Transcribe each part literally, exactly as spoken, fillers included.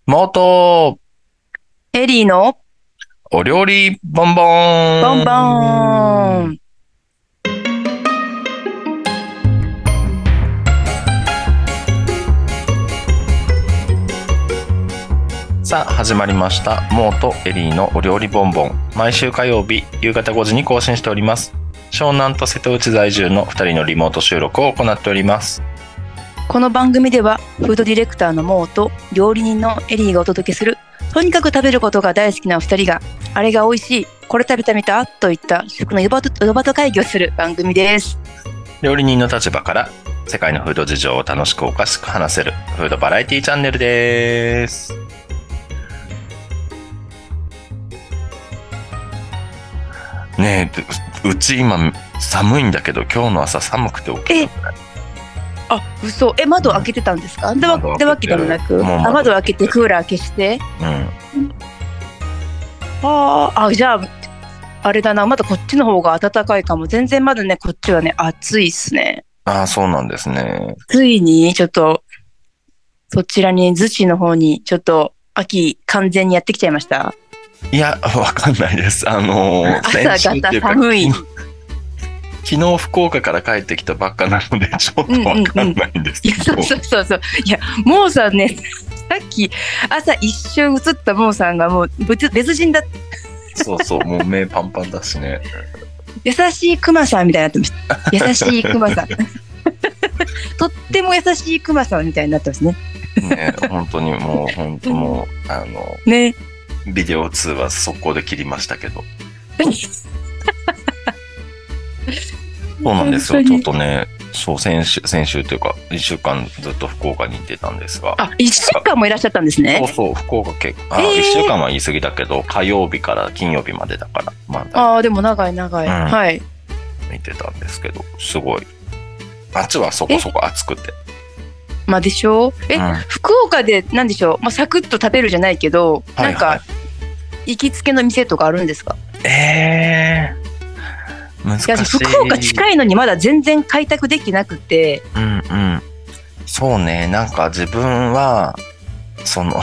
モートエリーのお料理ボンボーンボンボーン。 さあ始まりましたモーとエリーのお料理ボンボン。毎週火曜日夕方ごじに更新しております。湘南と瀬戸内在住のふたりのリモート収録を行っております。 この番組ではフードディレクターのモーと料理人のエリーがお届けする、とにかく食べることが大好きなふたりが、あれが美味しい、これ食べてみたといった食のヨバトヨバト会議をする番組です。 料理人の立場から世界のフード事情を楽しくおかしく話せるフードバラエティチャンネルです。ねえ、うち今寒いんだけど、今日の朝寒くて起きた。 あ、嘘。え、窓開けてたんですか？でわでわけでもなく、 もうあ、窓開けてクーラー消して。 うん。 あーあ、じゃああれだな、まだこっちの方が暖かいかも。全然まだね、こっちはね、暑いっすね。 ああ、そうなんですね。 ついにちょっとそちらに逗子の方にちょっと秋完全にやってきちゃいました。 いや、わかんないです。あのー、 朝方寒い。 昨日福岡から帰ってきたばっかなのでちょっとわかんないんですけど、 うんうんうん、そうそうそう。いや、モーさんね、さっき朝一瞬映ったモーさんがもう別別人だ。 そうそう、もう目パンパンだしね。 優しいクマさんみたいになってました。優しいクマさん。とっても優しいクマさんみたいになってますね。 ね、本当にもう本当もうあのね、 ビデオ通話速攻で切りましたけど。そうなんですよ。ちょっとね、そう先週先週というかいっしゅうかんずっと福岡に行ってたんですが。 あ、いっしゅうかんもいらっしゃったんですね。 そうそう、福岡結構、あ、えー、いっしゅうかんは言い過ぎだけど、火曜日から金曜日までだから、まああ、でも長い長い、うん、はい。 見てたんですけど、すごい。あっちはそこそこ暑くて。 まあでしょう。え、うん、福岡でなんでしょう。まあサクッと食べるじゃないけど、はいはい、なんか行きつけの店とかあるんですか？ えー。難しい。いや、 福岡近いのにまだ全然開拓できなくて。 うんうん。そうね、なんか自分はその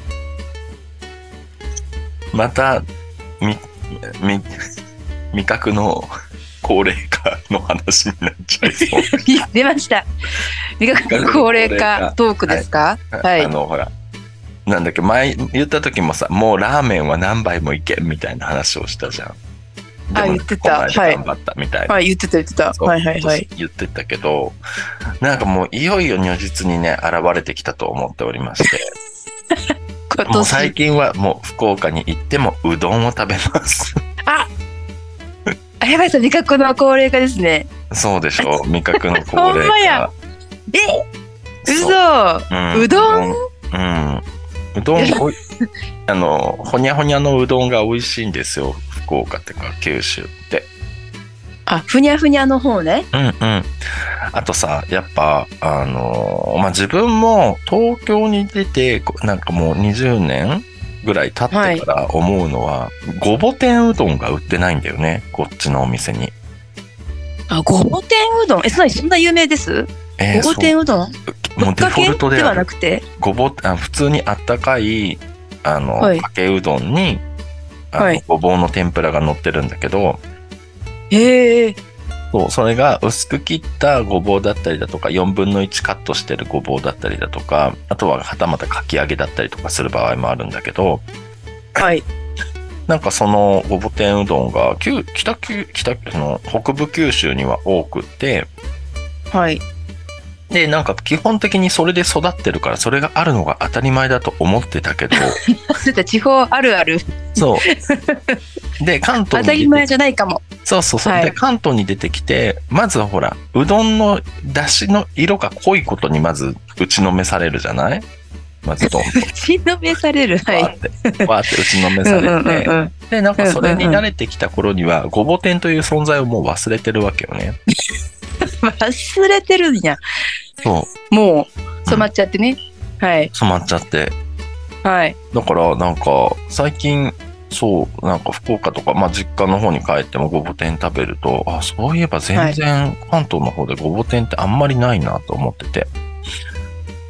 またみみ味覚の高齢化の話になっちゃいそう。 出ました。味覚の高齢化トークですか？はい。はい、 あのほらなんだっけ、前言った時もさ、もうラーメンは何杯もいけみたいな話をしたじゃん。 あ、言ってた。 頑張ったみたいな。 はい、言ってた言ってた。はいはいはい。 言ってたけど、なんかもういよいよ如実にね、現れてきたと思っておりまして。もう最近はもう福岡に行ってもうどんを食べます。 あ、あやばいさん、味覚の高齢化ですね。 そうでしょう、味覚の高齢化。ほんまや。 え、嘘、うん、うどん、 うん、うどんあのほにゃほにゃのうどんが美味しいんですよ、福岡ってか九州って。 あ、ふにゃふにゃの方ね。 うんうん。あとさ、やっぱあのまあ自分も東京に出てなんかもうにじゅうねんぐらい経ってから思うのは、はい、ごぼ天うどんが売ってないんだよね、こっちのお店に。 あ、ごぼ天うどん、え、そんなそんな有名です？えー、ごぼ天うどん？ もうデフォルトでではなくて、 ごぼあ普通にあったかいあの、はい、かけうどんにあの、はい、ごぼうの天ぷらが乗ってるんだけど、 へえ。 そう、それが薄く切ったごぼうだったりだとか、よんぶんのいちカットしてるごぼうだったりだとか、あとははたまたかき揚げだったりとかする場合もあるんだけど、 はい。 なんかそのごぼ天うどんが北九北の北部九州には多くて、 はい。 で、なんか基本的にそれで育ってるからそれがあるのが当たり前だと思ってたけど地方あるある。 そうで、関東に当たり前じゃないかも。 そうそうそう、はい、で関東に出てきて、まずほらうどんの出汁の色が濃いことにまず打ちのめされるじゃない。まずどんと打ちのめされる、はい、 わーってわーって打ちのめされて、うんうんうん、でなんかそれに慣れてきた頃にはごぼ天という存在をもう忘れてるわけよね。 忘れてるんや。 そう、 もう染まっちゃってね、うん、はい、 染まっちゃって、 はい、 だからなんか最近そうなんか福岡とか、まあ、実家の方に帰ってもごぼ天食べると、あ、そういえば全然関東の方でごぼ天ってあんまりないなと思ってて、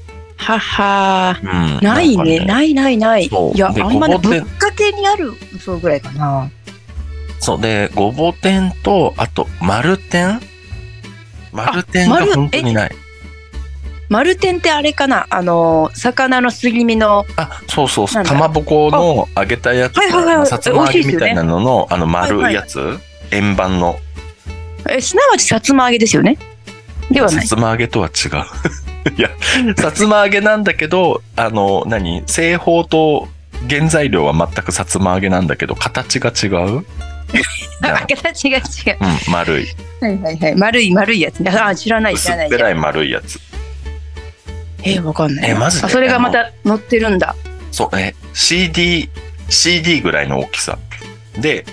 ははうん。 ないね。 んないないない。いや、あでんまね、 ごぼ天ぶっかけにある、そうぐらいかな。 そう。で、ごぼ天と、あと、丸天丸天が本当にない。 丸天ってあれかな、あの、魚のすり身の。 あ、そうそうそう。かまぼこの揚げたやつ、 はいはいはい、 さつま揚げみたいなのの、あの丸いやつ、はいはい、円盤の。 え、すなわちさつま揚げですよね。ではない。 さつま揚げとは違う。いや、さつま揚げなんだけど、あの、何製法と原材料は全くさつま揚げなんだけど、形が違う形が違う。 うん、丸い。 はいはいはい。丸い丸いやつね。あ、知らない知らない。 薄っぺらい丸いやつ。 えー、わかんない。 え、マジで。 あ、それがまた載ってるんだ。 そう、え、シーディー、シーディー ぐらいの大きさ。で、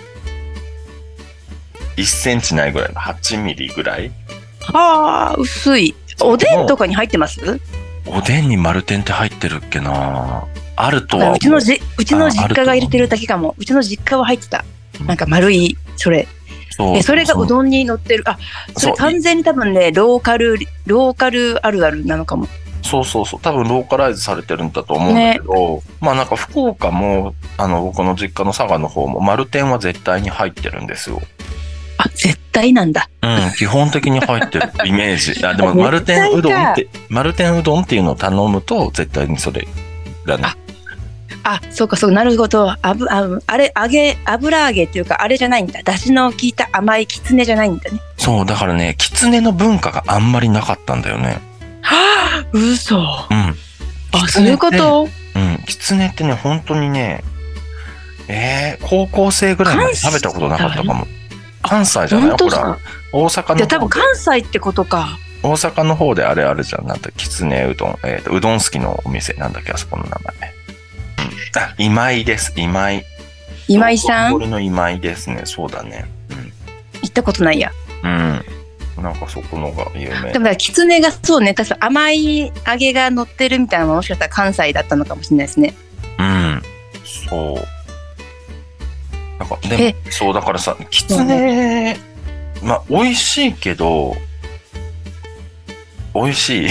いっセンチないぐらいのはちミリぐらい。 はあ、薄い。おでんとかに入ってます？ おでんに丸天って入ってるっけな。あるとは。 うちのじ、うちの実家が入れてるだけかも。うちの実家は入ってた。なんか丸い、それ。そうえそれがうどんに乗ってる。あ、それ完全に多分ね、ローカル、ローカルあるあるなのかも。 そうそうそう。多分ローカライズされてるんだと思うんだけど、ね、まあなんか福岡も、あの、僕の実家の佐賀の方も丸天は絶対に入ってるんですよ。 あ、絶対なんだ。 うん、基本的に入ってるイメージ。あ、でも丸天うどんって、丸天うどんっていうのを頼むと絶対にそれだね。 あ、あ、そうかそう、なるほど。あぶ、あ、あれ、揚げ、油揚げっていうか、あれじゃないんだ。出汁の効いた甘いきつねじゃないんだね。 そう、だからね、きつねの文化があんまりなかったんだよね。 はぁ、嘘。うん。 あ、 そういうこと？ うん、きつねってね、本当にね、えー、高校生ぐらいまで食べたことなかったかも。関西じゃない？ほら、大阪の。 いや、多分関西ってことか。 大阪の方であれあるじゃん。なんだ、きつねうどん、えっと、うどん好きのお店、なんだっけ、あそこの名前。うん。あ、今井です。今井。 今井さん？ 俺の今井ですね。そうだね。うん。 行ったことないや。 うん。なんかそこのが有名。 でもきつねがそうね、確か甘い揚げが乗ってるみたいなのももしかしたら関西だったのかもしれないですね。 うん。そう。なんかでもそうだからさ、きつね、うん、まあ美味しいけど美味しい。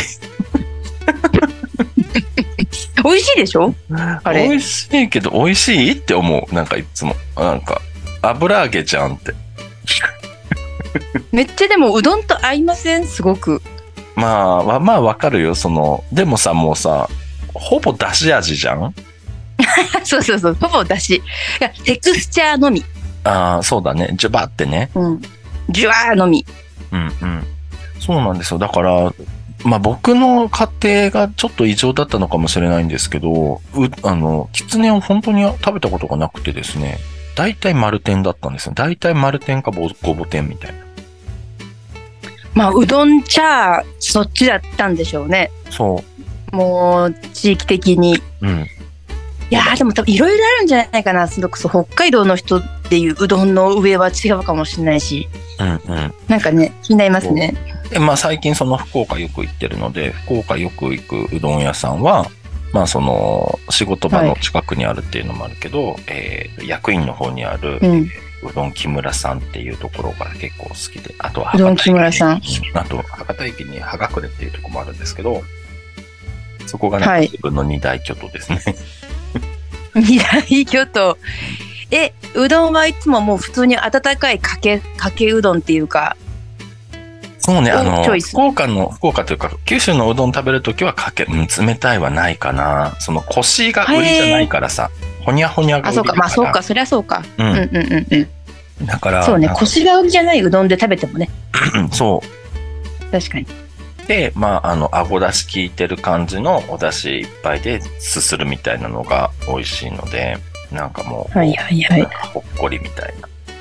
美味しいでしょ？あれ。 美味しいけど美味しいって思う。なんかいつもなんか油揚げじゃんって。 めっちゃでもうどんと合いません？すごく。 まあまあわかるよ。そのでもさ、もうさ、ほぼだし味じゃん。 そうそうそう、ほぼだし。いや、テクスチャーのみ。 ああ、そうだね。ジュバってね。 うん。ジュワーのみ。 うんうん。そうなんですよ。だから、まあ僕の家庭がちょっと異常だったのかもしれないんですけど、う、あの、きつねを本当に食べたことがなくてですね、大体丸天だったんですよ。大体丸天かごぼ天みたいな。 まあ、うどん茶、そっちだったんでしょうね。 そう。 もう、地域的に。 うん。 いやーでも多分いろいろあるんじゃないかな。それこそ北海道の人っていううどんの上は違うかもしれないし。 うんうん。 なんかね、気になりますね。 で、まあ最近その福岡よく行ってるので、福岡よく行くうどん屋さんは、まあその仕事場の近くにあるっていうのもあるけど、はい、えー、役員の方にある、うん、うどん木村さんっていうところが結構好きで、あとはうどん木村さん。 あと博多駅にはがくれっていうところもあるんですけど、そこがね、はい、自分の二大巨頭ですね。 二大巨頭。え、うどんはいつももう普通に温かいかけ、かけうどんっていうか。 そうね、あの、福岡の、福岡というか、九州のうどん食べるときはかけ、うん、冷たいはないかな。その、コシが売りじゃないからさ、ほにゃほにゃが売りだから。あ、そうか、まあそうか、 そりゃそうか。うん、うん、うんうんうん。 だから。 そうね、コシが売りじゃないうどんで食べてもね。 そう。 確かに。 で、まあ、あの、あごだし効いてる感じのお出汁いっぱいですするみたいなのが美味しいので、なんかもう、 はいはいはい、 ほっこりみたい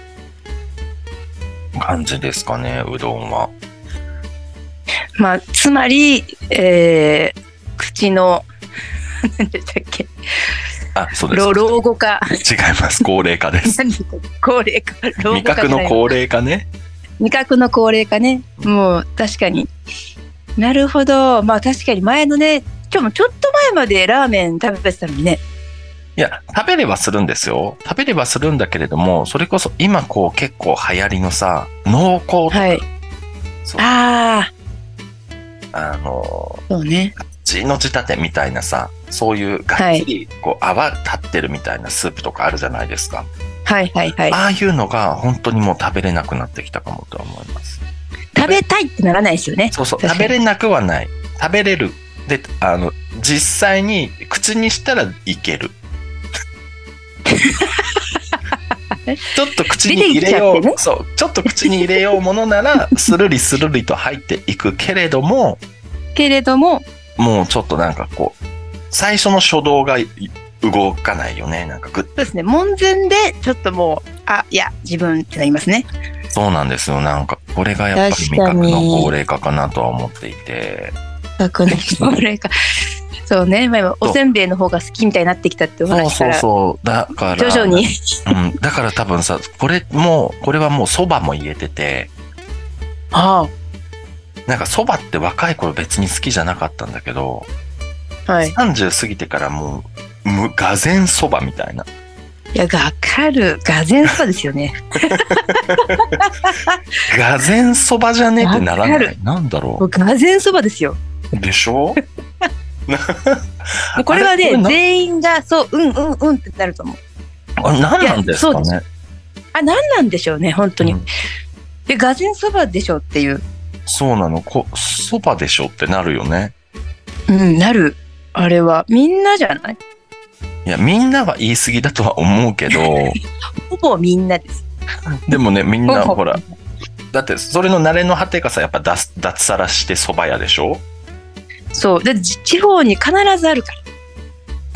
な感じですかね、うどんは。 まあ、つまり、えー、口の、何でしたっけ？ あ、そうです。 老後化。 違います。高齢化です。 高齢化。老後化。味覚の高齢化ね。 味覚の高齢化ね。もう、確かに。なるほど。まあ確かに前のね、今日もちょっと前までラーメン食べてたのにね。 いや、食べればするんですよ。食べればするんだけれども、それこそ今こう結構流行りのさ、濃厚とか。 はい。ああ。 あの、 そうね。 ちの仕立てみたいなさ、そういうがっつりこう泡立ってるみたいなスープとかあるじゃないですか。 はいはいはい。 ああいうのが本当にもう食べれなくなってきたかもとは思います。 食べたいってならないですよね。 そうそう、食べれなくはない。食べれる。で、あの、実際に口にしたらいける。ちょっと口に入れよう、ね、そう、ちょっと口に入れようものなら、スルリスルリと入っていくけれども、 けれども、 もうちょっとなんかこう、最初の初動が動かないよね、なんかグッ。そうですね、門前でちょっともう、あ、いや、自分ってなりますね。 そうなんですよ、なんか、これがやっぱり味覚の高齢化かなとは思っていて。 味覚の高齢化。そうね、まあ、おせんべいの方が好きみたいになってきたってお話から。 そうそうそう。だから。 徐々に。 うん。だから多分さ、これも、これはもう蕎麦も言えてて。 ああ。 なんか蕎麦って若い頃別に好きじゃなかったんだけど、 はい。 さんじゅう過ぎてからもう、む、がぜん蕎麦みたいな。 いや、わかる。がぜん蕎麦ですよね。 がぜん蕎麦じゃねってならない。なんだろう。 がぜん蕎麦ですよ。 でしょこれはね、全員がそう、うんうんうんってなると思う。 あれ何なんですかね。 あ、何なんでしょうね、本当に。うん、で、がぜんそばでしょっていう。 そうなの、こ、そばでしょってなるよね。 うん、なる。あれは、みんなじゃない？ いや、みんなは言い過ぎだとは思うけど。 ほぼみんなです。 でもね、みんな、ほら。だって、それの慣れの果てがさ、やっぱ脱、脱サラして蕎麦屋でしょ？ そう。で、地方に必ずあるから。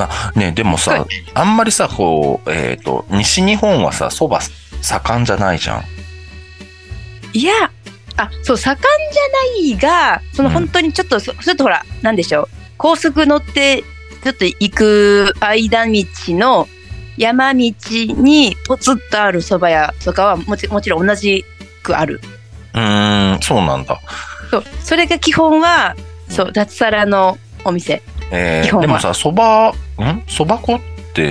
あ、ね、でもさ、あんまりさ、こう、えっと、西日本はさ、蕎麦盛んじゃないじゃん。 いや、あ、そう、盛んじゃないが、その本当にちょっと、うん、ちょっとほら、なんでしょう。高速乗って、ちょっと行く間道の山道にポツッとある蕎麦屋とかはもち、もちろん同じくある。 うーん、そうなんだ。 そう、それが基本は、そう、脱サラのお店。 えー、でもさ、蕎麦、ん蕎麦粉って、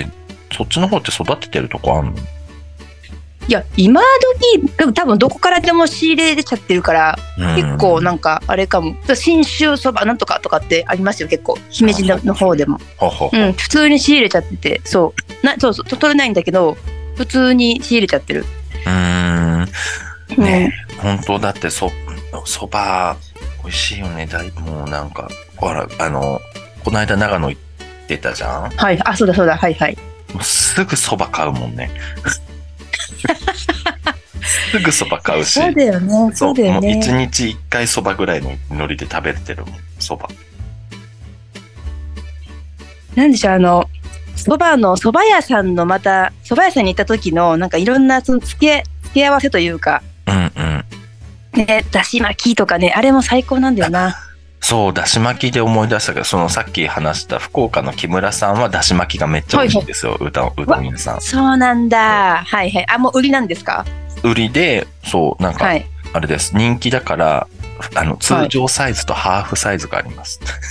そっちの方って育ててるとこあんの？ いや、今時、多分どこからでも仕入れちゃってるから、結構なんか、あれかも。信州蕎麦なんとかとかってありますよ、結構。姫路 の, の方でも。 ははうん、普通に仕入れちゃってて、そう。なそうそう、取れないんだけど、普通に仕入れちゃってる。 うーん。ねえ、うん、本当だってそ、蕎麦、美味しいよね。だいぶもうなんか、ほら、あの、この間長野行ってたじゃん？ はい、あ、そうだそうだ、はいはい。 もうすぐ蕎麦買うもんね。すぐ蕎麦買うし。 そうだよね。そうだよね。 もう一日一回蕎麦ぐらいの海苔で食べてるもん、蕎麦。 なんでしょう、あの、蕎麦の、蕎麦屋さんのまた、蕎麦屋さんに行った時の、なんかいろんな、その付け、付け合わせというか。 うんうん。 ね、だし巻きとかね、あれも最高なんだよな。 そう、だし巻きで思い出したけど、そのさっき話した福岡の木村さんはだし巻きがめっちゃ美味しいんですよ、うどん、うどん屋さん。 そうなんだ。はいはい。あ、もう売りなんですか？ 売りで、そう、なんか、はい、あれです。人気だから、あの、通常サイズとハーフサイズがあります。はい、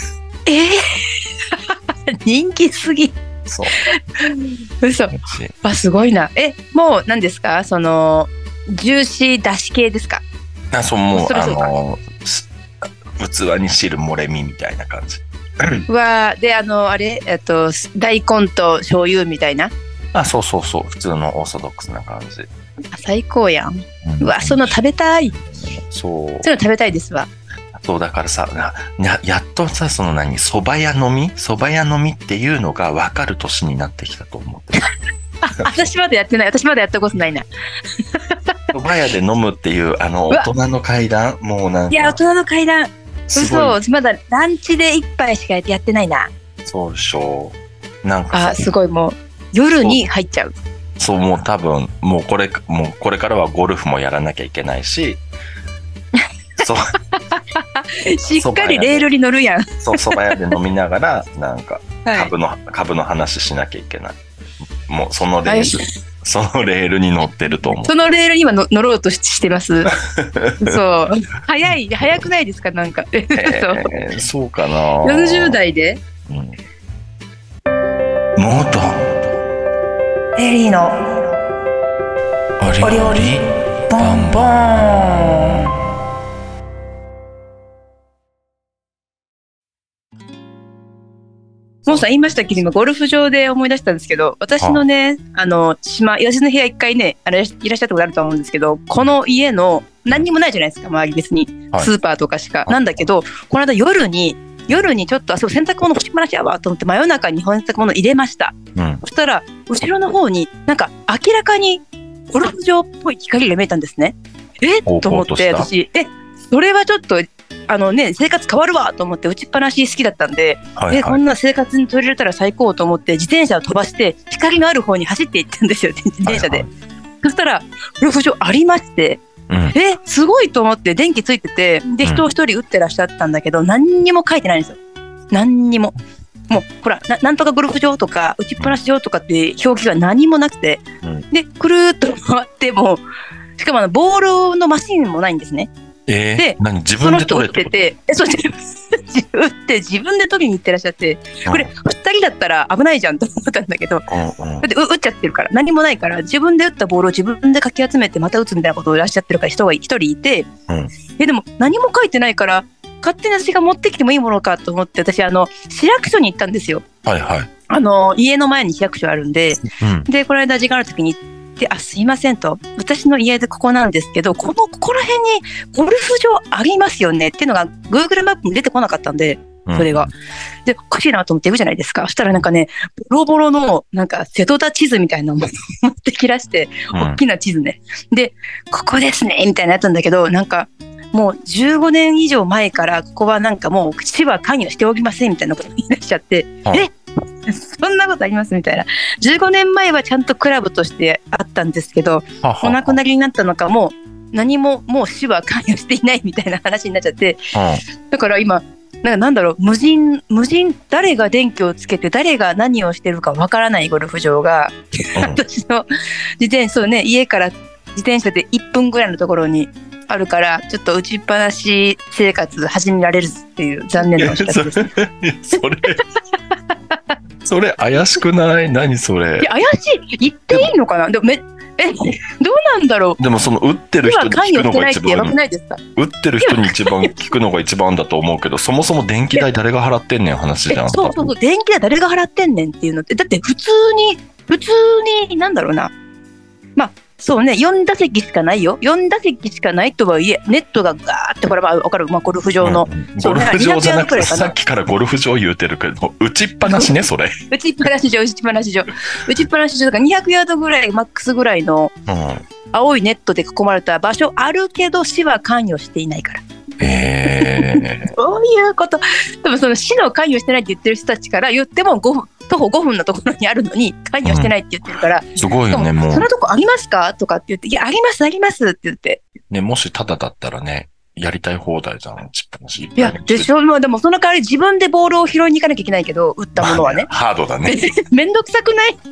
えー、人気すぎ。 そう。 嘘。あ、すごいな。え、もう何ですか？その、ジューシーだし系ですか？ あ、そう、もう、あの、器に汁漏れみみたいな感じ。 は、で、あの、あれ、えっと、大根と醤油みたいな。 あ、そうそうそう。普通のオーソドックスな感じ。 あ、最高やん。うん、うわ、その食べたい。 そう。 そういうの食べたいですわ。 そう、だからさ、や、やっとさ、その何、蕎麦屋飲み蕎麦屋飲みっていうのが分かる年になってきたと思って。 私まだやってない。私まだやったことないな。 蕎麦屋で飲むっていう、あの、大人の階段もうなんか。 いや、大人の階段。嘘、まだランチで一杯しかやってないな。 そうでしょう。なんかあ、すごい、もう夜に入っちゃう。 そう、もう多分、もうこれ、もうこれからはゴルフもやらなきゃいけないし。そう。 しっかりレールに乗るやん。 そう、蕎麦屋で飲みながら、なんか、株の、はい、株の話しなきゃいけない。もうそのレール、はい、そのレールに乗ってると思う。 そのレールに今の乗ろうとしてます。そう。早い、早くないですか、なんか。 えー、そうかな。 よんじゅう代で。うん。 もっと。 エリーの。 お料理ボンボン。 さん言いましたけど、今ゴルフ場で思い出したんですけど、私のね、あの島、私の部屋一回ね、あれいらっしゃったことあると思うんですけど、この家の何にもないじゃないですか、周り別に、 はいスーパーとかしか、 はいなんだけど、この間夜に夜にちょっとあそう洗濯物干しっぱなしやわと思って真夜中に洗濯物入れました。 うん。 そしたら後ろの方になんか明らかにゴルフ場っぽい光が見えたんですね。えほうと思っほうとしてた私えそれはちょっとあのね生活変わるわと思って打ちっぱなし好きだったんで、えこはいはい。 んな生活に取り入れたら最高と思って自転車を飛ばして光のある方に走っていったんですよ自転車で、 はいはそしたらゴルフ場ありまして、 うん。 えすごいと思って電気ついててで人を一人打ってらっしゃったんだけど、何にも書いてないんですよ。何にももうほら な, なんとかゴルフ場とか打ちっぱなし場とかって表記が何もなくて、 うん、 でくるーっと回ってもしかもあのボールのマシンもないんですね。 えー、 で何自そ分での人打って取れっててえそう自分打って自分で取りに行ってらっしゃって、 ことこれふたりだったら危ないじゃんと思ったんだけど、 うんうんだってう打っちゃってるから何もないから自分で打ったボールを自分でかき集めてまた打つみたいなことをいらっしゃってるから人が一人いて、 うんえでも何も書いてないから勝手に私が持ってきてもいいものかと思って私あの市役所に行ったんですよ。 はいはい。 あの家の前に市役所あるんで、 うん。 でこの間時間ある時に行ってあすいませんと私の家でここなんですけどこのここら辺にゴルフ場ありますよねっていうのが Google マップに出てこなかったんでそれが、でおかしいなと思って行くじゃないですか。そしたらなんかねボロボロのなんか瀬戸田地図みたいなのを持ってきらしてうん大きな地図ね、でここですねみたいなやつなんだけどなんかもうじゅうごねん以上前からここはなんかもう市は関与しておりませんみたいなこと言い出しちゃって、 はいえそんなことありますみたいな。じゅうごねんまえはちゃんとクラブとしてあったんですけどははお亡くなりになったのかもう何ももう市は関与していないみたいな話になっちゃって、だから今なんかなんだろう無人無人誰が電気をつけて誰が何をしてるかわからないゴルフ場が、 うん私の自転車そうね家から自転車でいっぷんぐらいのところにあるからちょっと打ちっぱなし生活始められるっていう残念なお知らせです。いそれそれ怪しくない？何それ？ や怪しい言っていいのかな。でもめえどうなんだろう。 でもその打ってる人に今関聞くのが一与してないってやばく番ないですか。 打ってる人に一番聞くのが一番だと思うけど、そもそも電気代誰が払ってんねん話じゃん。 えそうそうそう電気代誰が払ってんねんっていうのってだって普通に普通になんだろうなまあそうねよん打席しかないよよん打席しかないとはいえネットがガーってこれは分かる、まあ、ゴルフ場の、 うんそうゴルフ場じゃなくてにひゃくヤードくらいかなさっきからゴルフ場言うてるけど打ちっぱなしねそれ、 打ちっぱなし場打ちっぱなし場打ちっぱなし場だからにひゃくヤードぐらいマックスぐらいのうん、 青いネットで囲まれた場所あるけど市は関与していないからえー、 そういうこと多分その市の関与してないって言ってる人たちから言ってもごふん徒歩ごふんのところにあるのに関与してないって言ってるから、 すごいよね。もそのとこありますかとかって言っていやありますありますって言ってうね、もしタダだったらねやりたい放題じゃん、打ちっぱなし。 いやでしょ、まあ、でもその代わり自分でボールを拾いに行かなきゃいけないけど打ったものはね、 まあハードだね。 めんどくさくない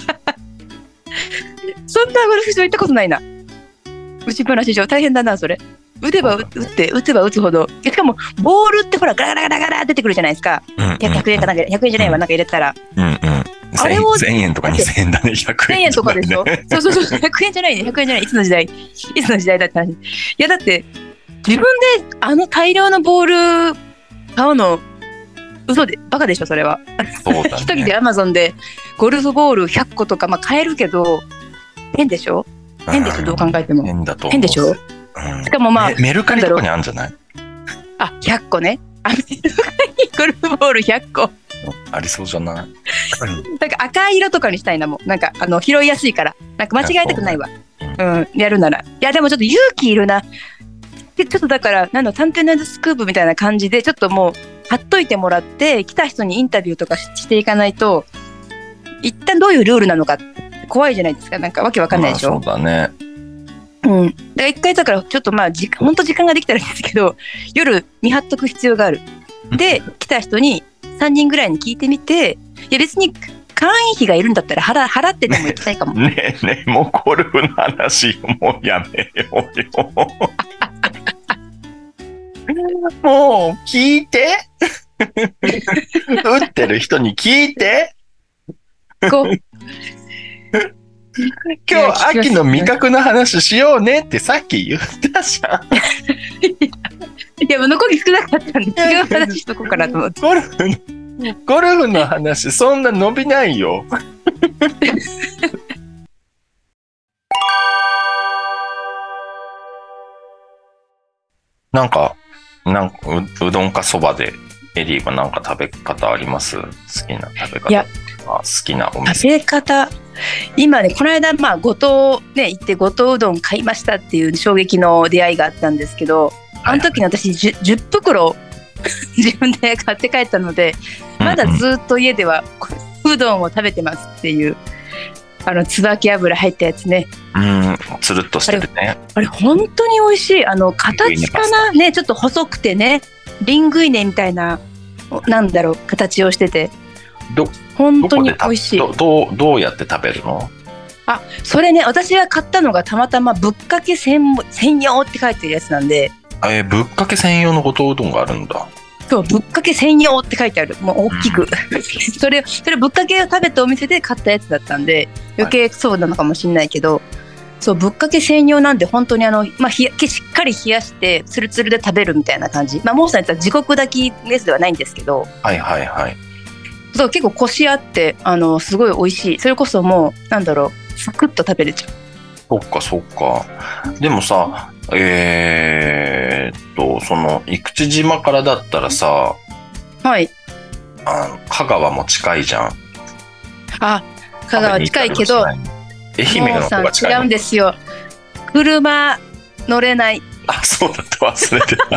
そんなゴルフ場行ったことないな。打ちっぱなし場大変だなそれ。打てば打って打てば打つほどしかもボールってほらガラガラガラガラ出てくるじゃないですか。 うんうんひゃくえんかなんかひゃくえんじゃないわなんか入れたらうんうん。 あれをせんえんとかにせんえんだね。ひゃくえんせんえんとかでしょ。そうそうそうひゃくえんじゃないねひゃくえんじゃないいつの時代いつの時代だって話。いやだって自分であの大量のボール買うの嘘でバカでしょそれは。 そうだね。 一人でアマゾンでゴルフボールひゃっことかまあ買えるけど変でしょ変でしょどう考えても変だと思う。 変でしょ。 うんしかもまあメメルカリとかにあるんじゃない？ あひゃっこねアメリカにゴルフボールひゃっこありそうじゃない？ なんか赤い色とかにしたいなもんなんかあの拾いやすいからなんか間違えたくないわうんやるならいやでもちょっと勇気いるなでちょっとだからなんの探偵ナイトスクープみたいな感じでちょっともう貼っといてもらって来た人にインタビューとか し, していかないと一旦どういうルールなのか怖いじゃないですかなんかわけわかんないでしょ、 まあ、そうだねうん、だから一回だからちょっとまあ時間本当時間ができたらいいんですけど夜見張っとく必要があるで来た人にさんにんぐらいに聞いてみていや別に会員費がいるんだったら 払, 払ってでも行きたいかもねえねえもうゴルフの話もうやめようよもう聞いて打ってる人に聞いてこう今日秋の味覚の話しようねってさっき言ったじゃん。 いや残り少なかったんで違う話しとこうかなと思ってゴルフのゴルフの話そんな伸びないよ。なんか、なんかう、うどんかそばでエリーはなんか食べ方あります？好きな食べ方。 いや、 好きなお店。 食べ方、今ね、この間、まあ、五島ね、行って五島うどん買いましたっていう衝撃の出会いがあったんですけど、あの時に私 10, じゅっ袋自分で買って帰ったので、まだずっと家ではうどんを食べてますっていう、あの椿油入ったやつね。 うん、つるっとしてるね。 あれ本当に美味しい。あの形かなね、ちょっと細くてね、リングイネみたいな、なんだろう、形をしてて、 ど本当に美味しい。 どどうどうやって食べるの？ あ、それね、私が買ったのがたまたまぶっかけ 専, 専用って書いてるやつなんで。 えー、ぶっかけ専用のごとうどんがあるんだ。 そう、ぶっかけ専用って書いてある。もう大きく、うん、それそれぶっかけを食べたお店で買ったやつだったんで余計そうなのかもしれないけど、はい、そう、ぶっかけ専用なんで本当にあの、まあ、ひやしっかり冷やしてツルツルで食べるみたいな感じ。まあ、モーさんやったら自国炊きのやつではないんですけど、 はいはいはい。 そう、結構コシあってあのすごい美味しい。それこそもうなんだろう、サクッと食べれちゃう。 そっかそっか。でもさ、えー、っとその生口島からだったらさ、 はい、 あの香川も近いじゃん。 あ、香川近いけど愛媛の方が近いの。 違うんですよ。車乗れない。 あ、そうだって忘れてた。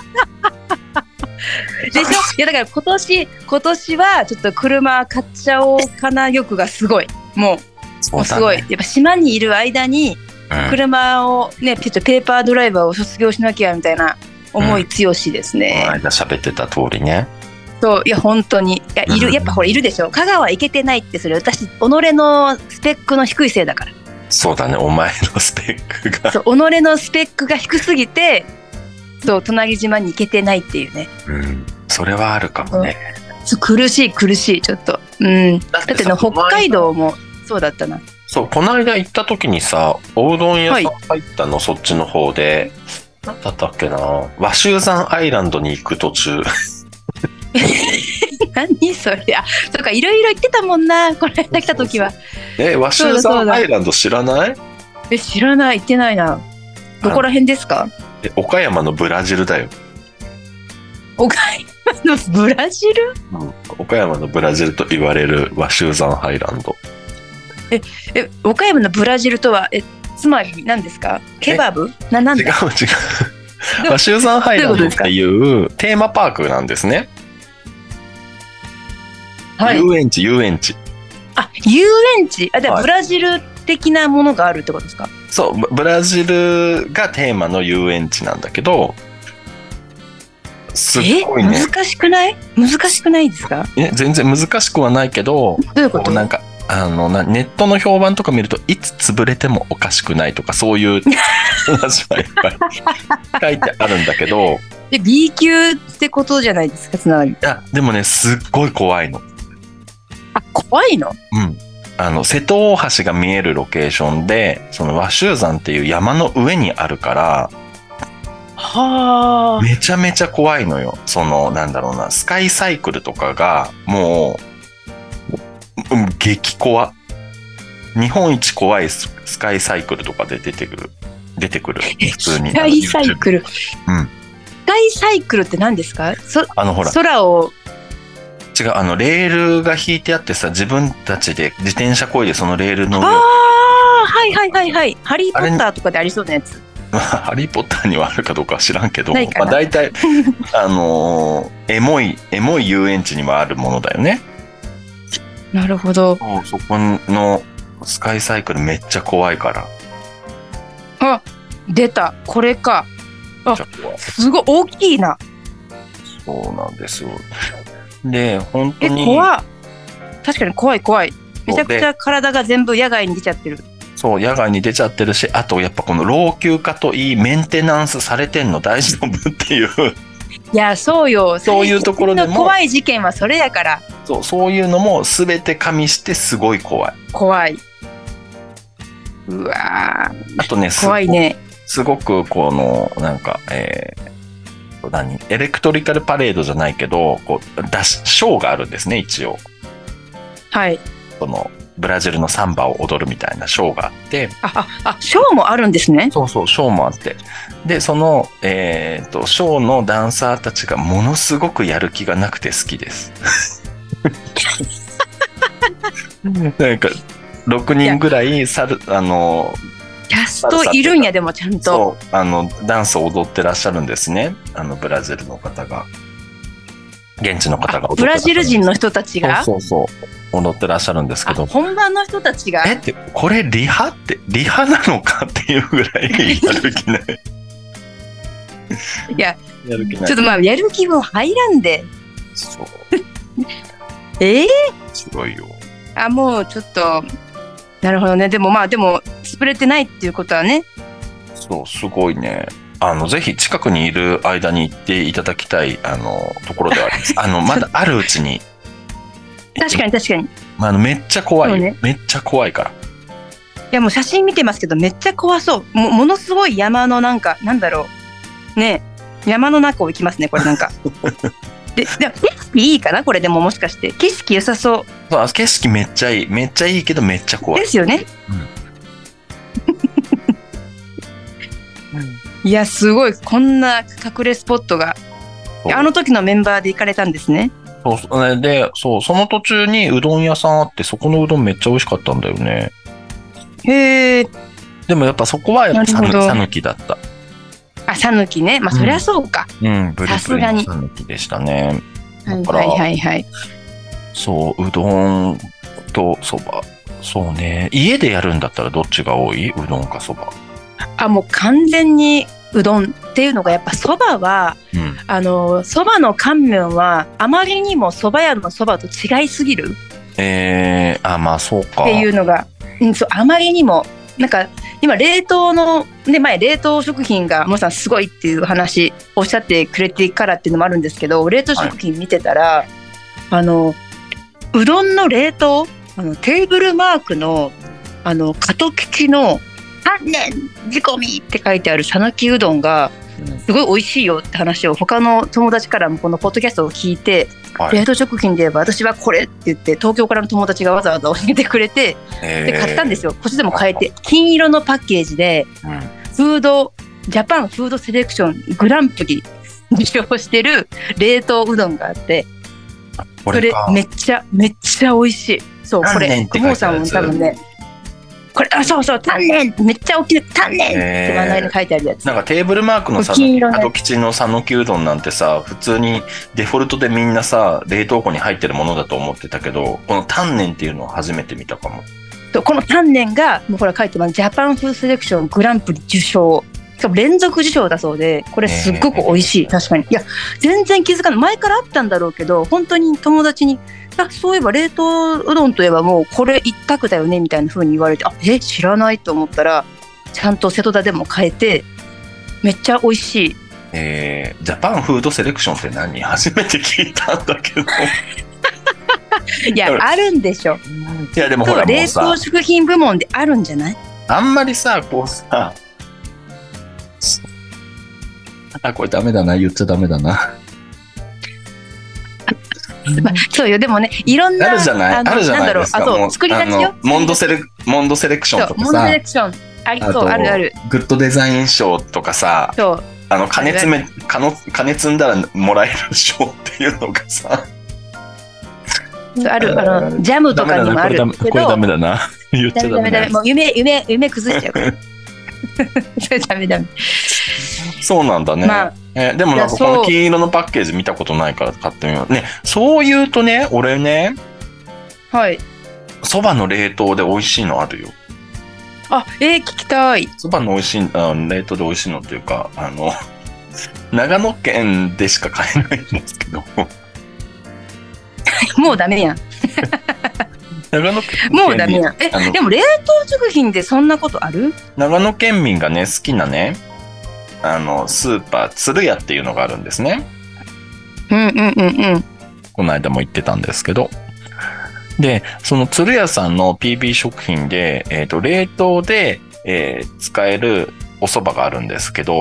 でしょ。いやだから今年今年はちょっと車買っちゃおうかな欲がすごい。もう、もうすごい。やっぱ島にいる間に車をね、ちょっとペーパードライバーを卒業しなきゃみたいな思い強しですね。 この間喋ってた通りね。 そう、いや本当に、いやいる、やっぱほらいるでしょ。香川行けてないって、それ私己のスペックの低いせいだから。 そうだね、お前のスペックが。 そう、己のスペックが低すぎて、そう、隣島に行けてないっていうね。 うん、それはあるかもね。 そう、苦しい苦しい、ちょっと。うん。だってね、北海道もそうだったな。 そう、この間行った時にさ、おうどん屋さん入ったの、はい、そっちの方で、なんだったっけな、和州山アイランドに行く途中。 何それ。あ、そうか、いろいろ言ってたもんな、この間来た時は。 え、和州山アイランド知らない？ え、知らない、行ってないな。どこら辺ですか？ え、岡山のブラジルだよ。 岡山のブラジル？ うん、岡山のブラジルと言われる和州山アイランド。 え、え、岡山のブラジルとは、え、つまり何ですか？ケバブ？な、なんだ？ 違う違う。和州山アイランドっていうテーマパークなんですね。はい、遊園地、遊園地。 あ、遊園地。あ、じゃあブラジル的なものがあるってことですか？はい、 そう、ブラジルがテーマの遊園地なんだけど、すっごいね。 え、難しくない？難しくないですか？ え、全然難しくはないけど、 どういうこと？ なんかあのなネットの評判とか見ると、いつ潰れてもおかしくないとか、そういう話はいっぱい書いてあるんだけど。 で B 級ってことじゃないですか、つながり。いや、でもね、すっごい怖いの。 あ、怖いの？ うん。あの瀬戸大橋が見えるロケーションで、その和州山っていう山の上にあるから、 はあ、 めちゃめちゃ怖いのよ。そのなんだろうな、スカイサイクルとかがもう、うん、激怖。日本一怖いスカイサイクルとかで出てくる出てくる普通に。 スカイサイクル。 うん。 スカイサイクルって何ですか？そあのほら、 空を。 違う、あのレールが引いてあってさ、自分たちで自転車こいでそのレールの上を。 ああ、はいはいはいはい。ハリーポッターとかでありそうなやつ。 ハリーポッターにはあるかどうかは知らんけど、 ないかな。 まあ、大体あのー、エモいエモい遊園地にもあるものだよね。 なるほど。 そこのスカイサイクルめっちゃ怖いから。 あ、出た、これか。あ、すごい大きいな。 そうなんですよ。で、本当に。 え、怖っ。確かに怖い怖い。めちゃくちゃ体が全部野外に出ちゃってる。 そう、野外に出ちゃってるし、あとやっぱこの老朽化といい、メンテナンスされてんの大丈夫っていう。 いや、そうよ。 そういうところでも怖い事件はそれやから。 そう、そういうのも全て加味してすごい怖い。 怖い。うわー。 あとね、 怖いね。 すごくこのなんか、えー、 何エレクトリカルパレードじゃないけど、こう、ダッシュ、ショーがあるんですね、一応。 はい。 その、ブラジルのサンバを踊るみたいなショーがあって。 あ、あ、あ、ショーもあるんですね。 そうそう、ショーもあって。で、その、えっと、ショーのダンサーたちがものすごくやる気がなくて好きです。なんか、ろくにんぐらい、サル、あの、 キャストいるんや、でもちゃんと。 そう、あの、ダンスを踊ってらっしゃるんですね。あの、ブラジルの方が。現地の方が踊ってブラジル人の人たちがそうそうそう。踊ってらっしゃるんですけど。 本場の人たちがえって、これリハって、リハなのかっていうぐらいやる気ない。 いや、やる気ない。ちょっとまあ、やる気も入らんで。 そう。 ええー、 すごいよ。 あ、もうちょっと、なるほどね。でもまあ、でも、潰れてないっていうことはね。 そう、すごいね。あの、ぜひ近くにいる間に行っていただきたい、あの、ところではあります。あの、まだあるうちに。 確かに確かに。 まあ、あのめっちゃ怖いよ、 ね、 めっちゃ怖いから。いやもう写真見てますけどめっちゃ怖そう。も, ものすごい山のなんかなんだろうね、山の中を行きますねこれなんか。で、でも景色いいかなこれ。でももしかして景色良さそう。 そう、景色めっちゃいい、めっちゃいいけどめっちゃ怖いですよね。うん、いやすごい、こんな隠れスポットが。あの時のメンバーで行かれたんですね。 そうで、そう、その途中にうどん屋さんあって、そこのうどんめっちゃ美味しかったんだよね。 へえ。 でもやっぱそこはやっぱさぬきだった。 あ、さぬきね。まあ、そりゃそうか。 うん、ブリブリのさぬきでしたね。 はいはいはいはい。 そう、うどんとそば。そうね。家でやるんだったらどっちが多い？うどんかそば。 あ、もう完全にうどんっていうのがやっぱそばは、うん、あのそばの乾麺はあまりにもそば屋のそばと違いすぎる。 えー、あ、まあそうか。 っていうのが、うん、そう、あまりにもなんか今冷凍のね、前冷凍食品がもさんすごいっていう話おっしゃってくれてからっていうのもあるんですけど、冷凍食品見てたら、はい、あのうどんの冷凍、あのテーブルマークのあの加藤吉の丹念仕込みって書いてある讃岐うどんがすごい美味しいよって話を他の友達からもこのポッドキャストを聞いて、はい、冷凍食品で言えば私はこれって言って東京からの友達がわざわざ教えてくれて、えー、で買ったんですよ。こっちでも買えて金色のパッケージで、うん、フードジャパンフードセレクショングランプリ受賞してる冷凍うどんがあって、これめっちゃめっちゃ美味しい。そう、これ久保さんも多分ね、これ、あ、そうそう、丹念めっちゃ大きい丹念って真ん中に書いてあるやつ。 なんかテーブルマークのさ、加藤吉の讃岐うどんなんてさ、普通にデフォルトでみんなさ、冷凍庫に入ってるものだと思ってたけど、この丹念っていうのを初めて見たかも。 この丹念が、もうほら書いてます。ジャパンフードセレクショングランプリ受賞。しかも連続受賞だそうで、これすっごく美味しい。確かに。いや、全然気づかない。前からあったんだろうけど、本当に友達に、あ、そういえば冷凍うどんといえばもうこれ一択だよねみたいな風に言われて、あ、え、知らないと思ったらちゃんと瀬戸田でも買えてめっちゃ美味しい。 えー、ジャパンフードセレクションって何？初めて聞いたんだけど。 いや、あるんでしょ。 いやでもほらもうさ、 冷凍食品部門であるんじゃない？ あんまりさ、こうさ、あ、これダメだな、言っちゃダメだな。 まあ、そうよ。でもね、いろんなあるじゃない、あるじゃないですか。 あそう、作り出しよ。 モンドセレモンドセレクションとかさ、 モンドセレクションありそう、あるある。 グッドデザイン賞とかさ、そう、あの金詰め金金積んだらもらえる賞っていうのがさ、 ある、あのジャムとかにもあるけど、 これダメだな。言っちゃダメだ。 もう夢夢夢崩しちゃうから。それダメダメ。 そうなんだね。まあ、えー、でもなんかこの金色のパッケージ見たことないから買ってみよう。ね、そう言うとね、俺ね、 はい。 そばの冷凍で美味しいのあるよ。 あ、えー、聞きたい。 そばの美味しい、あ冷凍で美味しいのっていうか、あの、長野県でしか買えないんですけど。 もうダメやん。 長野県もうダメやん。え、でも冷凍食品でそんなことある？ 長野県民がね、好きなね、あの、スーパー、鶴屋っていうのがあるんですね。 うんうんうんうん。 この間も言ってたんですけど。で、その鶴屋さんの ピービー 食品で、えっと、冷凍で、えー、使えるお蕎麦があるんですけど、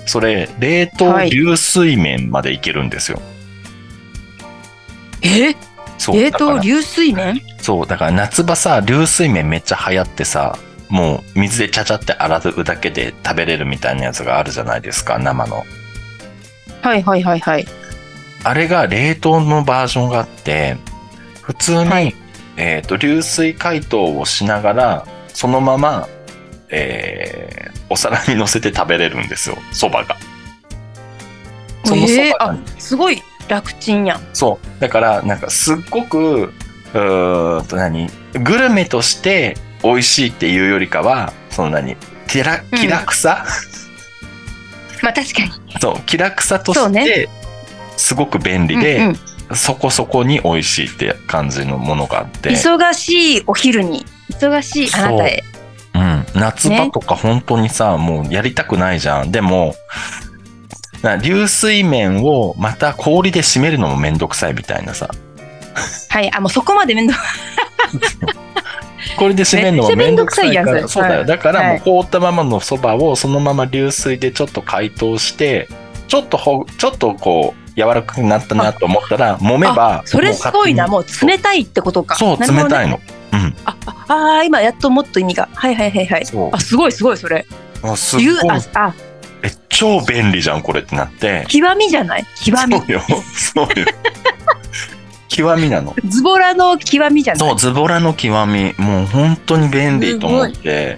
それ、冷凍流水麺までいけるんですよ。 はい、えそう冷凍流水麺？ そう、だから夏場さ、流水麺めっちゃ流行ってさ、もう水でちゃちゃって洗うだけで食べれるみたいなやつがあるじゃないですか、生の。 はいはいはいはい。 あれが冷凍のバージョンがあって、普通に、はい、えっと、流水解凍をしながら、そのまま、えー、お皿に乗せて食べれるんですよ、そばが。そのそばが、 えー、あ、すごい楽ちんやん。 そう。だから、なんかすっごく、うーんと何グルメとして美味しいっていうよりかは、その何気楽、気楽さ、 うん、まあ確かに。 そう、気楽さとして、すごく便利で、うんうん、そこそこに美味しいって感じのものがあって。 忙しいお昼に、忙しいあなたへ。 うん。夏場とか本当にさ、ね、もうやりたくないじゃん。でも、流水麺をまた氷で締めるのもめんどくさいみたいなさ。 はい、あ、もうそこまでめんどくさい。 これで締めるのもめんどくさいから。そうだよ。だからもう凍ったままのそばをそのまま流水でちょっと解凍して、ちょっとほ、ちょっとこう、柔らかくなったなと思ったら、揉めば。 それすごいな、もう冷たいってことか。 そう、冷たいの。うん。 あ、あ、今やっともっと意味が。はいはいはいはい。あ、すごいすごいそれ。 あ、すごい。あ、え、超便利じゃんこれってなって。 極みじゃない？極み。 そうよ。そうよ。極みなの。 ズボラの極みじゃない？ そう、ズボラの極み。もう本当に便利と思って。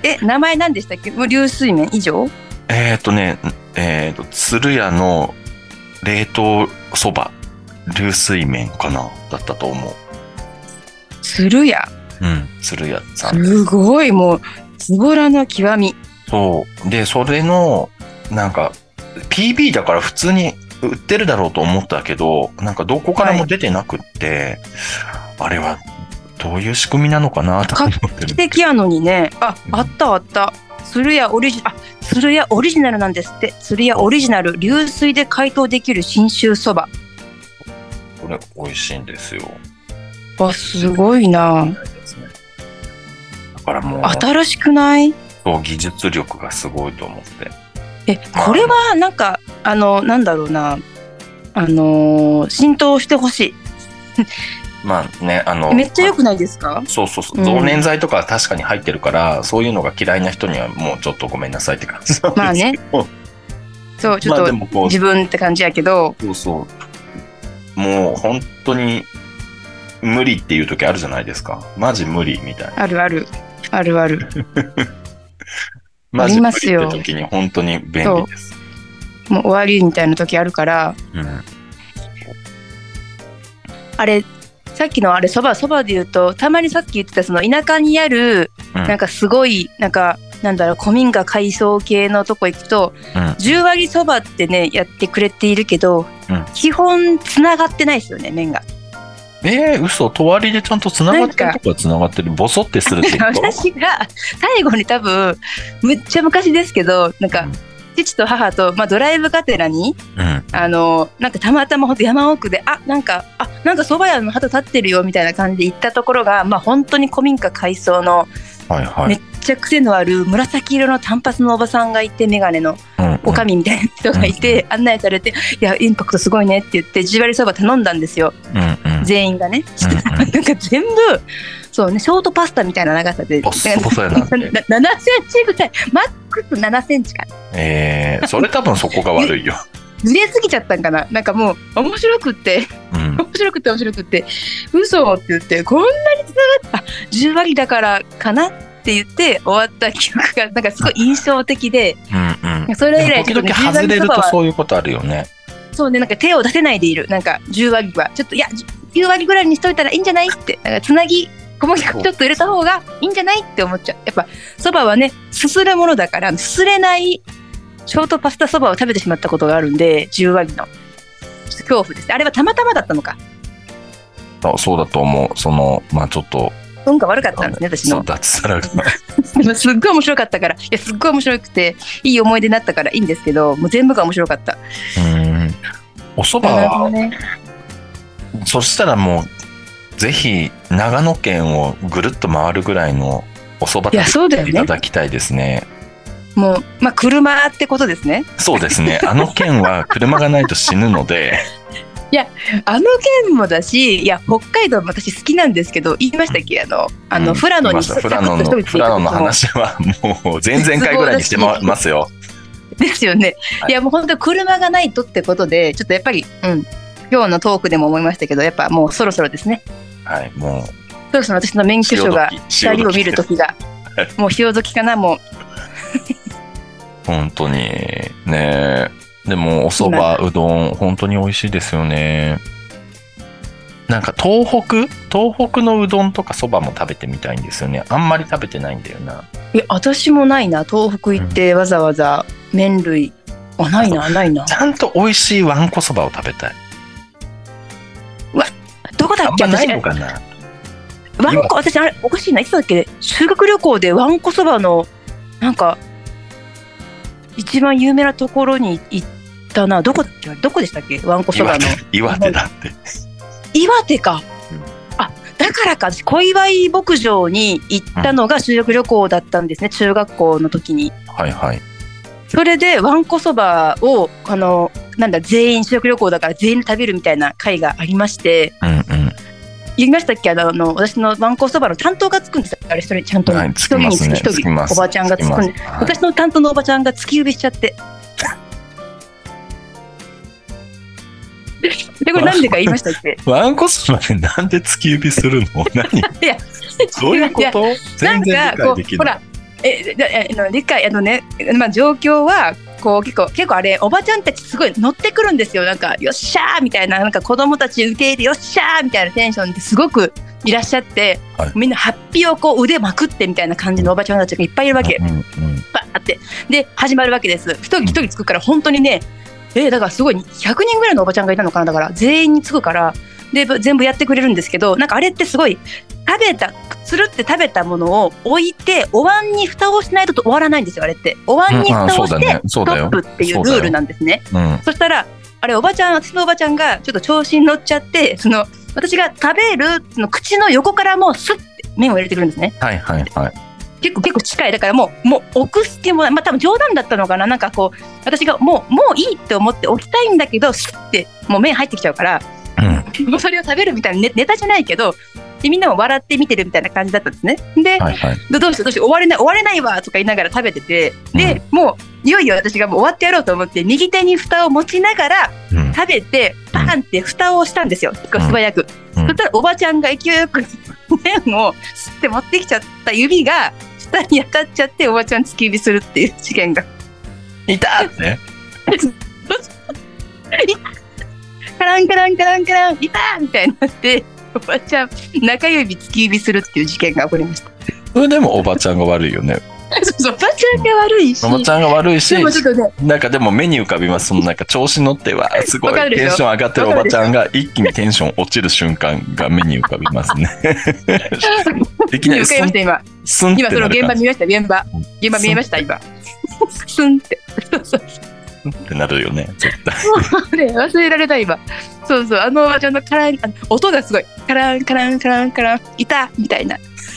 え、名前何でしたっけ？流水麺以上？ えっとね、えっと、鶴屋の冷凍そば、流水麺かなだったと思う。 鶴屋？ うん、鶴屋さん。 すごい、もう、ズボラの極み。 そう。で、それの、なんか、ピービー だから普通に売ってるだろうと思ったけど、なんかどこからも出てなくって、はい、あれはどういう仕組みなのかなと思ってる。 画期的やのにね。あ、あったあった。鶴屋オリジ、あ、鶴屋オリジナルなんですって。鶴屋オリジナル、流水で解凍できる信州そば。 これ美味しいんですよ。 あ、すごいな。だからもう。 新しくない？ そう、技術力がすごいと思って。 え、これはなんか、あの、なんだろうな、あのー、浸透してほしい。 まあね、あの、 めっちゃ良くないですか？ そうそうそう。増粘剤とか確かに入ってるから、うん、そういうのが嫌いな人にはもうちょっとごめんなさいって感じなんですけど。まあね。そう、ちょっと自分って感じやけど。そうそう。もう本当に無理っていう時あるじゃないですか。マジ無理みたいな。 あるある。あるある。 マジ無理って時に本当に便利です。 もう終わりみたいな時あるから。うん、あれ、さっきのあれそばそばで言うと、たまにさっき言ってたその田舎にある、うん、なんかすごいなんかなんだろう古民家改装系のとこ行くと、うん、じゅう割そばってねやってくれているけど、うん、基本つながってないですよね、麺が。 えー、嘘、とわりでちゃんとつながってるとこはつながってる。ボソってするってこと？ 私が最後に多分むっちゃ昔ですけど、なんか、うん、父と母と、まあ、ドライブがてらに、うん、あのなんかたまたまほんと山奥で、あなんかあなんか蕎麦屋の旗立ってるよみたいな感じで行ったところが、まあ、本当に古民家改装の、はいはい、めっちゃ癖のある紫色の短髪のおばさんがいて、眼鏡のおかみみたいな人がいて、うん、案内されて、いやインパクトすごいねって言ってじゅう割そば頼んだんですよ、うんうん、全員がね、うんうん、なんか全部そうね、ショートパスタみたいな長さでななセンチぐらい、マックスななセンチかな。 えー、それ多分そこが悪いよ。 ずれすぎちゃったんかな。なんかもう面白くって、うん、面白くて面白くって嘘って言って、こんなにつながった、じゅう割だからかなって言って終わった記憶がなんかすごい印象的で、うんうん、それ以来ちょっと、ね、時々外れるとそういうことあるよね。 そうね、なんか手を出せないでいる。なんかじゅう割はちょっと、いやじゅう割ぐらいにしといたらいいんじゃないって、なんかつなぎ小麦粉ちょっと入れた方がいいんじゃないって思っちゃう。やっぱそばはね、すするものだからすすれないショートパスタそばを食べてしまったことがあるんで、じゅう割の恐怖です。あれはたまたまだったのか。 あ、そうだと思う。そのまあちょっと運が悪かったんですね、私の。 脱サラがでもすっごい面白かったから、いやすっごい面白くていい思い出になったからいいんですけど、もう全部が面白かった。 うーん、お蕎麦は、ね、そしたらもうぜひ長野県をぐるっと回るぐらいのお蕎麦食べていただきたいですね。 もう、まあ、車ってことですね。 そうですね。あの県は車がないと死ぬので。 いや、あの県もだし、いや、北海道も私好きなんですけど、言いましたっけ、あの、あの、 うん、 富良野に富良野の、富良野の話はもう前々回ぐらいにしてますよ。 ですよね。はい、いや、もう本当車がないとってことで、ちょっとやっぱり、うん、今日のトークでも思いましたけど、やっぱもうそろそろですね。 はい、もう。 そろそろ私の免許証がふたりを見るときが、もう潮時かな、もう。 本当にね。でもお蕎麦うどん本当に美味しいですよね。なんか東北東北のうどんとか蕎麦も食べてみたいんですよね。あんまり食べてないんだよな。 え、私もないな。東北行ってわざわざ麺類、うん、あ、ないなないな。 ちゃんと美味しいわんこそばを食べたい。 うわ、どこだっけ。 あんまないのかな。 わんこ、私あれおかしいな。いつだっけ、修学旅行でわんこそばのなんか一番有名なところに行ったな。どこだっけ、どこでしたっけ、わんこそばの。 岩手だって。 岩手か、うん、あ、だからか、私小岩井牧場に行ったのが修学旅行だったんですね、うん、中学校の時に。 はいはい。 それでわんこそばをあのなんだ、全員修学旅行だから全員で食べるみたいな会がありまして、 うんうん、 言いましたっけ、あの私のわんこそばの担当がつくんですよ、あれ一人ちゃんと、 はい、 一人につき一人おばちゃんがつくんで、はい、私の担当のおばちゃんが突き指しちゃってで、これなんでか言いましたっけ。 わんこそばでなんで突き指するの。何。いや、そういうこと。全然理解できない。 ほら、え、あの理解、あのね、まあ状況はこう結構結構あれ、おばちゃんたちすごい乗ってくるんですよ。なんかよっしゃーみたいな、なんか子供たち受け入れよっしゃーみたいなテンションですごくいらっしゃって、はい、みんなハッピーをこう腕まくってみたいな感じのおばちゃんたちがいっぱいいるわけ。うんうん、バーってで始まるわけです。一人一人つくから本当にね。えー、だからすごいひゃくにんぐらいのおばちゃんがいたのかな。だから全員につくからで全部やってくれるんですけど、なんかあれってすごい食べたつるって食べたものを置いてお椀に蓋をしないと終わらないんですよ。あれってお椀に蓋をしてストップっていうルールなんですね。 そ, うん、そしたらあれおばちゃん、私のおばちゃんがちょっと調子に乗っちゃって、その私が食べるその口の横からもうスッて麺を入れてくるんですね。 はいはいはい。 結構結構近いだからもうもう置く隙も、まあ多分冗談だったのかな。なんかこう私がもうもういいって思って置きたいんだけどスッてもう麺入ってきちゃうから、うん、もうそれを食べるみたいな ネ, ネタじゃないけど、でみんなも笑って見てるみたいな感じだったんですね。で、はいはい、どうしてどうして終われない終われないわとか言いながら食べてて、で、うん、もういよいよ私がもう終わってやろうと思って右手に蓋を持ちながら食べて、うん、バーンって蓋をしたんですよ、結構素早く、うん、そしたらおばちゃんが勢いよく麺を吸って持ってきちゃった指が下に当たっちゃっておばちゃん突き指するっていう事件がいたってカランカランカランカランいたみたいになっておばちゃん中指突き指するっていう事件が起こりました。 それでもおばちゃんが悪いよね。 そうそう、おばちゃんが悪いし、 おばちゃんが悪いし、 でもちょっとね、 なんかでも目に浮かびます。そのなんか調子乗ってはすごいテンション上がってるおばちゃんが一気にテンション落ちる瞬間が目に浮かびますね。できない。 浮かびました今。 スンって今その現場見ました。現場現場見えました今。スンって。そうそう。 ってなるよね。絶対。 ね、忘れられた今。そうそう、あのおばちゃんのカラン、音がすごいカランカランカランカランいたみたいな。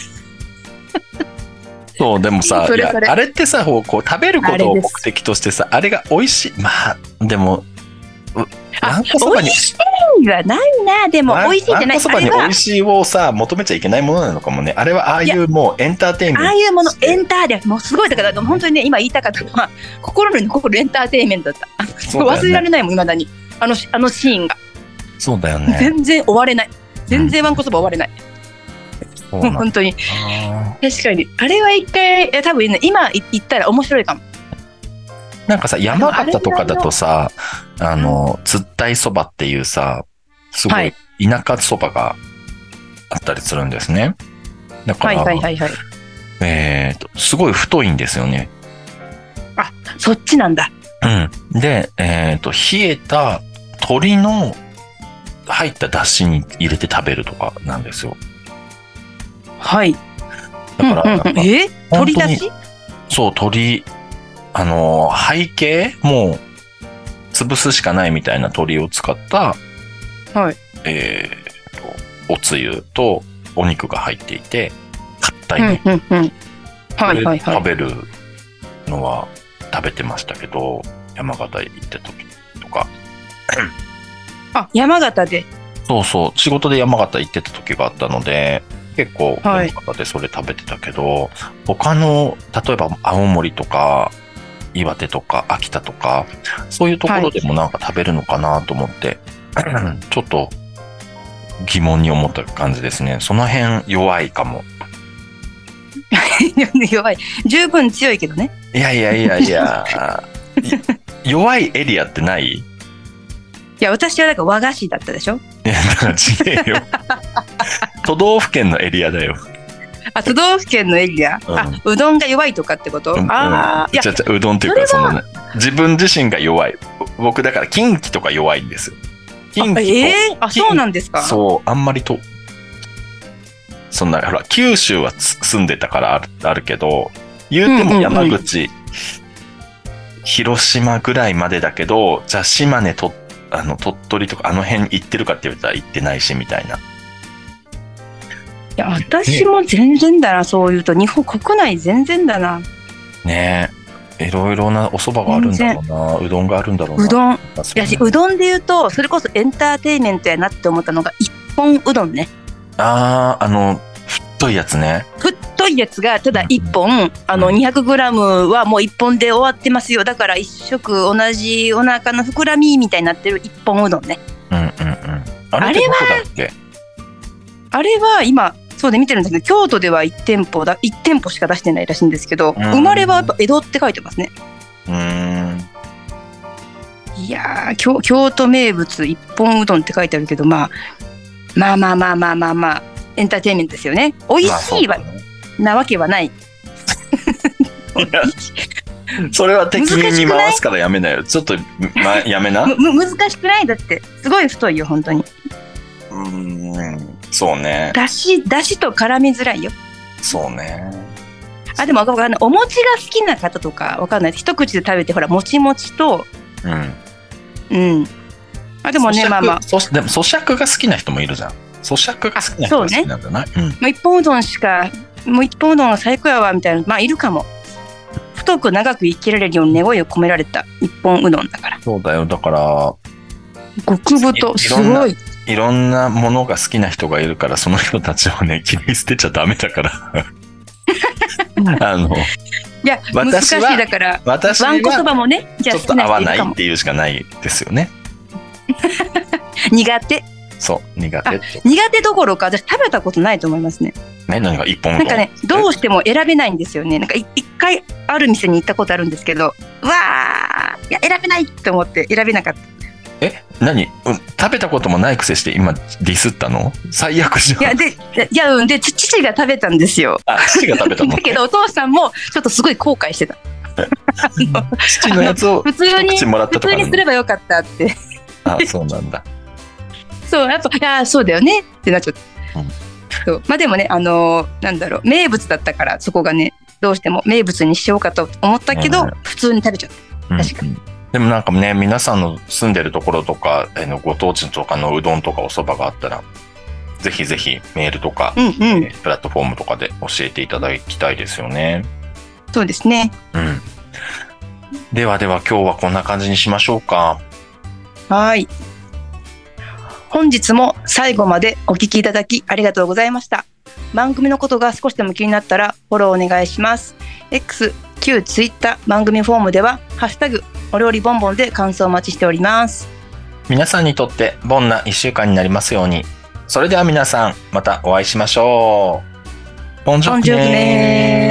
そうでもさ、それそれいやあれってさ、こう食べることを目的としてさ、あれ, あれが美味しい。まあでもわんこそばに美味しいはないな。でも美味しいじゃない。わんこそばに美味しいをさ求めちゃいけないものなのかもね。あれはああいうもうエンターテインメント、 ああいうものエンターでもうすごいだから本当にね、今言いたかったのは心に残るエンターテインメントだった。ね、忘れられないもん未だにあのあのシーンが。 そうだよね。 全然終われない。全然わんこそば終われない。うん、本当に確かにあれは一回多分、ね、今言ったら面白いかも。 なんかさ山形とかだとさあのつったいそばっていうさすごい田舎そばがあったりするんですね。だから、はいはいはいはい、えーとすごい太いんですよね。 あ、そっちなんだ。 うん。で、えーと冷えた鶏の入っただしに入れて食べるとかなんですよ。 はい。 だから、 うんうんうん、え鶏だし？ そう、鶏、あの背景もう潰すしかないみたいな鶏を使った、 はい。 えーとおつゆとお肉が入っていて、硬いね。 うんうんうん、はいはいはい。 食べるのは食べてましたけど、山形行った時とか。 あ、山形で。 そうそう、仕事で山形行ってた時があったので、結構はい山形でそれ食べてたけど、他の、例えば青森とか、岩手とか秋田とか、そういうところでもなんか食べるのかなと思って、ちょっと疑問に思った感じですね。その辺弱いかも。 弱い。十分強いけどね。 いやいやいやいや、弱いエリアってない？いや、私はなんか和菓子だったでしょ。 や、だから違えよ。都道府県のエリアだよ。 あ、都道府県のエリア、うん、あ、うどんが弱いとかってこと、うん、ああ、 いや、ちゃうどんっていうか、そのね、自分自身が弱い。僕だから近畿とか弱いんですよ。近畿と、 えー、あ、そうなんですか。 そう、あんまりと、そんな、ほら、九州は住んでたからある、あるけど、言うても山口、うんうんうん、広島ぐらいまでだけど、じゃあ島根と、あの、鳥取とかあの辺行ってるかって言われたら行ってないし、みたいな。 いや、私も全然だな、そういうと。日本国内全然だな。 ねえ。いろいろなお蕎麦があるんだろうな。うどんがあるんだろうな。 うどん。いやし、うどんで言うと、それこそエンターテインメントやなって思ったのが、一本うどんね。 ああ、あの、太いやつね。 太いやつが、ただ一本、うん、あの、にひゃくグラムはもう一本で終わってますよ。だから一食同じお腹の膨らみみたいになってる一本うどんね。 うんうんうん。あれってどこだっけ？ あれは今、そうで見てるんですけど、京都ではいち店舗だ、いち店舗しか出してないらしいんですけど、生まれはやっぱ江戸って書いてますね。 うーん。 いやー、京、京都名物一本うどんって書いてあるけど、まあ、まあまあまあまあまあまあ、エンターテインメントですよね。美味しいわ、まあね、なわけはない。 それは適任に回すからやめなよ。ちょっと、ま、やめな。 む難しくない？だってすごい太いよ本当に。 うーん、そうね。 だし、だしと絡みづらいよ。 そうね。 あ、でも分かんない。お餅が好きな方とか分かんない。一口で食べてほらもちもちと、うん、うん。あ、でもね、まあまあ。 そでも咀嚼が好きな人もいるじゃん。咀嚼が好きな人が好きなんだな。 そうね。うん、もう一本うどんしか、もう一本うどんが最高やわみたいな、まあいるかも。太く長く生きられるように願いを込められた一本うどんだから。 そうだよ。だから極太、すごい。 いろんなものが好きな人がいるから、その人たちをね切り捨てちゃダメだからあのいや難しいだから私はわんこそばもね、 じゃあちょっと合わないっていうしかないですよね苦手。 そう苦手。 苦手どころか私食べたことないと思いますね。 ね、何が一本なんかね、どうしても選べないんですよね。なんか一回ある店に行ったことあるんですけど、わー、いや選べないって思って選べなかった。 え、何、うん、食べたこともないくせして今ディスったの？最悪じゃん。 いやで、いや、うん、で父が食べたんですよ。 あ、父が食べたの、ね、 だけどお父さんもちょっとすごい後悔してた。 父のやつを普通に口もらったとか、 普通にすればよかったって。 あ、そうなんだ。 そう、やっぱ、いや、そうだよねってなっちゃった。うん、そう、まあでもね、あのー、なんだろう、名物だったからそこがね、どうしても名物にしようかと思ったけど、うん、普通に食べちゃった。確かに。うん、 でもなんかね、皆さんの住んでるところとか、えのご当地とかのうどんとかお蕎麦があったら、ぜひぜひメールとか、うんうん、えー、プラットフォームとかで教えていただきたいですよね。 そうですね。 うん。ではでは今日はこんな感じにしましょうか。 はい。本日も最後までお聞きいただきありがとうございました。番組のことが少しでも気になったらフォローお願いします。X、旧 Twitter 番組フォームではハッシュタグお料理ボンボンで感想をお待ちしております。 皆さんにとってボンないっしゅうかんになりますように。それでは皆さんまたお会いしましょう。ボンジョークねー。